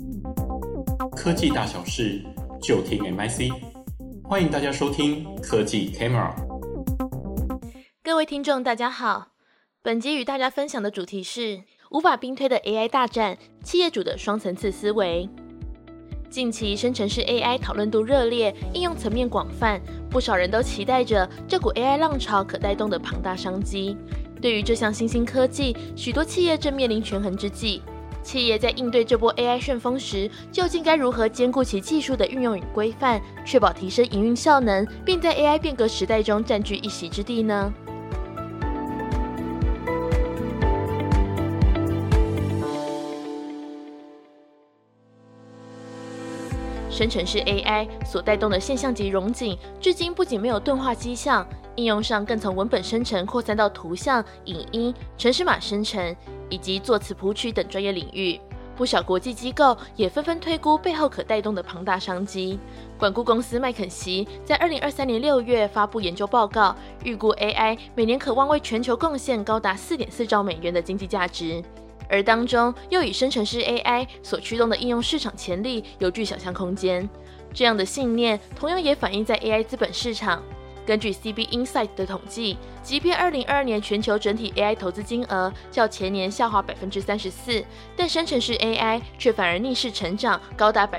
科技大小事，就听 MIC。欢迎大家收听科技 Camera。 各位听众大家好，本集与大家分享的主题是无法并推的 AI 大战，企业主的双层次思维。近期生成式 AI 讨论度热烈，应用层面广泛，不少人都期待着这股 AI 浪潮可带动的庞大商机。对于这项新兴科技，许多企业正面临权衡之际，企业在应对这波 AI 旋风时，究竟该如何兼顾其技术的运用与规范，确保提升营运效能，并在 AI 变革时代中占据一席之地呢？生成式 AI 所带动的现象级荣景，至今不仅没有钝化迹象，应用上更从文本生成扩散到图像、影音、程式码生成以及作词谱曲等专业领域。不少国际机构也纷纷推估背后可带动的庞大商机。管顾公司麦肯锡在2023年6月发布研究报告，预估 AI 每年可望为全球贡献高达4.4兆美元的经济价值。而当中又以生成式 AI 所驱动的应用市场潜力有具想象空间。这样的信念同样也反映在 AI 资本市场。根据 CB Insight 的统计，即便2022年全球整体 AI 投资金额较前年下滑 34%， 但生成式 AI 却反而逆势成长，高达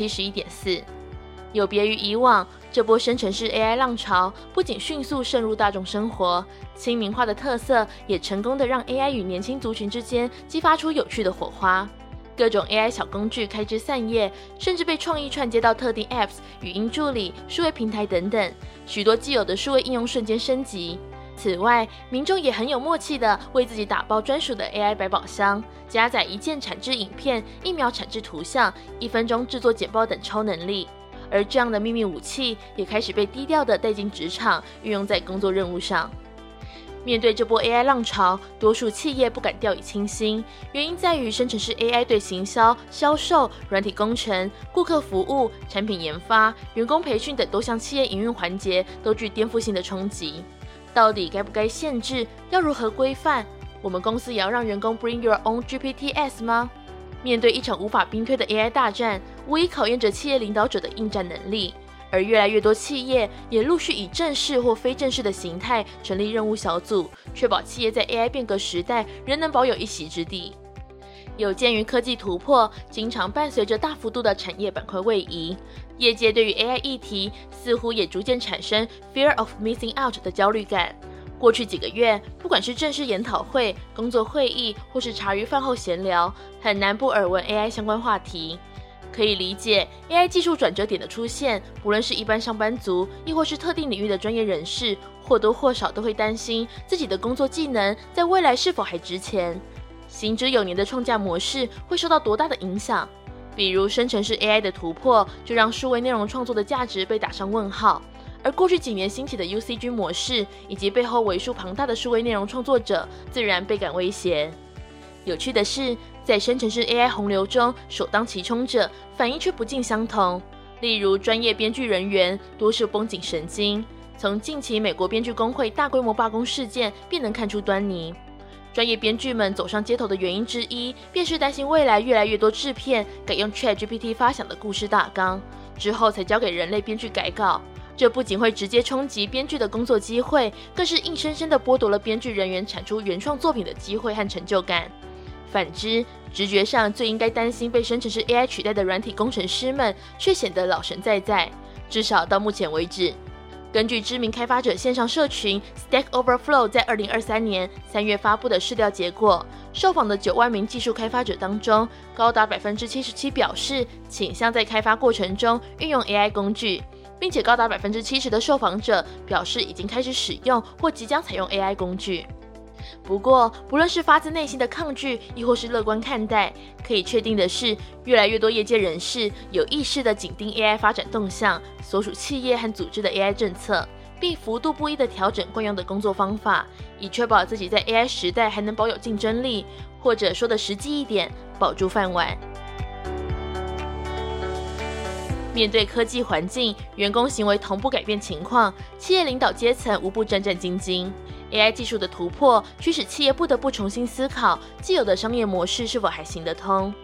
71.4%。有别于以往，这波生成式 AI 浪潮不仅迅速渗入大众生活，亲民化的特色也成功地让 AI 与年轻族群之间激发出有趣的火花。各种 AI 小工具开枝散叶，甚至被创意串接到特定 Apps、语音助理、数位平台等等，许多既有的数位应用瞬间升级。此外，民众也很有默契地为自己打包专属的 AI 百宝箱，加载一键产制影片、1秒产制图像、1分钟制作简报等超能力。而这样的秘密武器也开始被低调地带进职场，运用在工作任务上。面对这波 AI 浪潮，多数企业不敢掉以轻心，原因在于生成式 AI 对行销、销售、软体工程、顾客服务、产品研发、员工培训等多项企业营运环节都具颠覆性的冲击。到底该不该限制？要如何规范？我们公司也要让员工 Bring Your Own GPTs 吗？面对一场无法兵推的 AI 大战，无疑考验着企业领导者的应战能力。而越来越多企业也陆续以正式或非正式的形态成立任务小组，确保企业在 AI 变革时代仍能保有一席之地。有鉴于科技突破经常伴随着大幅度的产业板块位移，业界对于 AI 议题似乎也逐渐产生 fear of missing out 的焦虑感。过去几个月，不管是正式研讨会、工作会议，或是茶余饭后闲聊，很难不耳闻 AI 相关话题。可以理解 AI 技术转折点的出现，不论是一般上班族，亦或是特定领域的专业人士，或多或少都会担心自己的工作技能在未来是否还值钱。行之有年的创价模式会受到多大的影响？比如生成式 AI 的突破，就让数位内容创作的价值被打上问号。而过去几年兴起的 UCG 模式，以及背后为数庞大的数位内容创作者，自然倍感威胁。有趣的是，在生成式 AI 洪流中，首当其冲者反应却不尽相同。例如，专业编剧人员多是绷紧神经，从近期美国编剧工会大规模罢工事件便能看出端倪。专业编剧们走上街头的原因之一，便是担心未来越来越多制片改用 ChatGPT 发想的故事大纲，之后才交给人类编剧改稿。这不仅会直接冲击编剧的工作机会，更是硬生生地剥夺了编剧人员产出原创作品的机会和成就感。反之，直觉上最应该担心被生成式 AI 取代的软体工程师们，却显得老神在在。至少到目前为止，根据知名开发者线上社群 Stack Overflow 在2023年3月发布的市调结果，受访的9万名技术开发者当中，高达 77% 表示倾向在开发过程中运用 AI 工具，并且高达 70% 的受访者表示已经开始使用或即将采用 AI 工具。不过，不论是发自内心的抗拒，亦或是乐观看待，可以确定的是，越来越多业界人士有意识地紧盯 AI 发展动向，所属企业和组织的 AI 政策，并幅度不一地调整惯用的工作方法，以确保自己在 AI 时代还能保有竞争力，或者说的实际一点，保住饭碗。面对科技环境、员工行为同步改变情况，企业领导阶层无不战战兢兢。AI 技术的突破，驱使企业不得不重新思考既有的商业模式是否还行得通。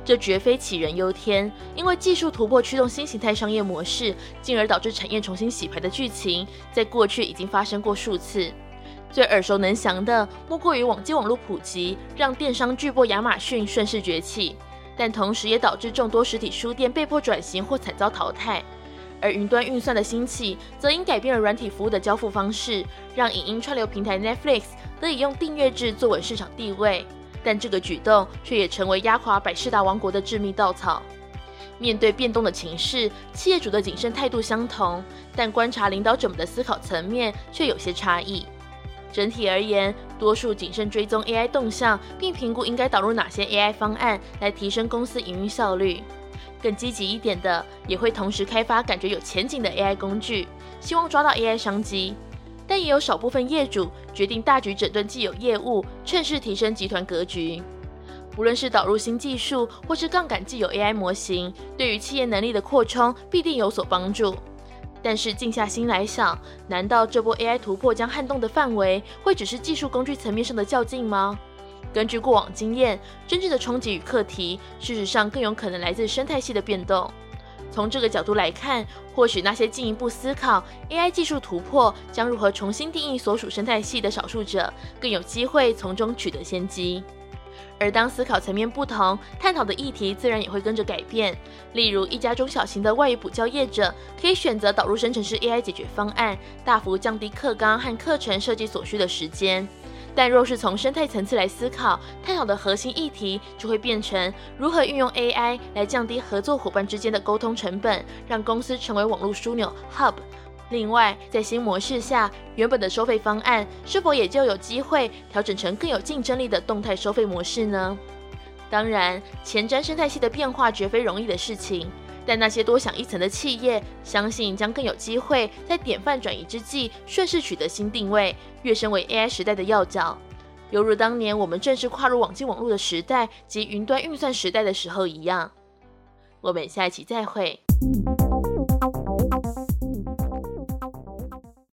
这绝非杞人忧天，因为技术突破驱动新形态商业模式，进而导致产业重新洗牌的剧情，在过去已经发生过数次。最耳熟能详的，莫过于网际网络普及，让电商巨擘亚马逊顺势崛起，但同时也导致众多实体书店被迫转型或惨遭淘汰。而云端运算的兴起，则因改变了软体服务的交付方式，让影音串流平台 Netflix 得以用订阅制坐稳市场地位。但这个举动却也成为压垮百视达王国的致命稻草。面对变动的情势，企业主的谨慎态度相同，但观察领导者们的思考层面却有些差异。整体而言，多数谨慎追踪 AI 动向，并评估应该导入哪些 AI 方案来提升公司营运效率。更积极一点的，也会同时开发感觉有前景的 AI 工具，希望抓到 AI 商机。但也有少部分业主决定大举整顿既有业务，趁势提升集团格局。不论是导入新技术，或是杠杆既有 AI 模型，对于企业能力的扩充必定有所帮助。但是静下心来想，难道这波 AI 突破将撼动的范围，会只是技术工具层面上的较劲吗？根据过往经验，真正的冲击与课题，事实上更有可能来自生态系的变动。从这个角度来看，或许那些进一步思考 AI 技术突破将如何重新定义所属生态系的少数者，更有机会从中取得先机。而当思考层面不同，探讨的议题自然也会跟着改变。例如，一家中小型的外语补教业者可以选择导入生成式 AI 解决方案，大幅降低课纲和课程设计所需的时间。但若是从生态层次来思考，探讨的核心议题就会变成如何运用 AI 来降低合作伙伴之间的沟通成本，让公司成为网络枢纽 Hub。另外，在新模式下，原本的收费方案是否也就有机会调整成更有竞争力的动态收费模式呢？当然，前瞻生态系的变化绝非容易的事情，但那些多想一层的企业，相信将更有机会在典范转移之际，顺势取得新定位，跃升为 AI 时代的要角，犹如当年我们正式跨入网际网络的时代及云端运算时代的时候一样。我们下一期再会。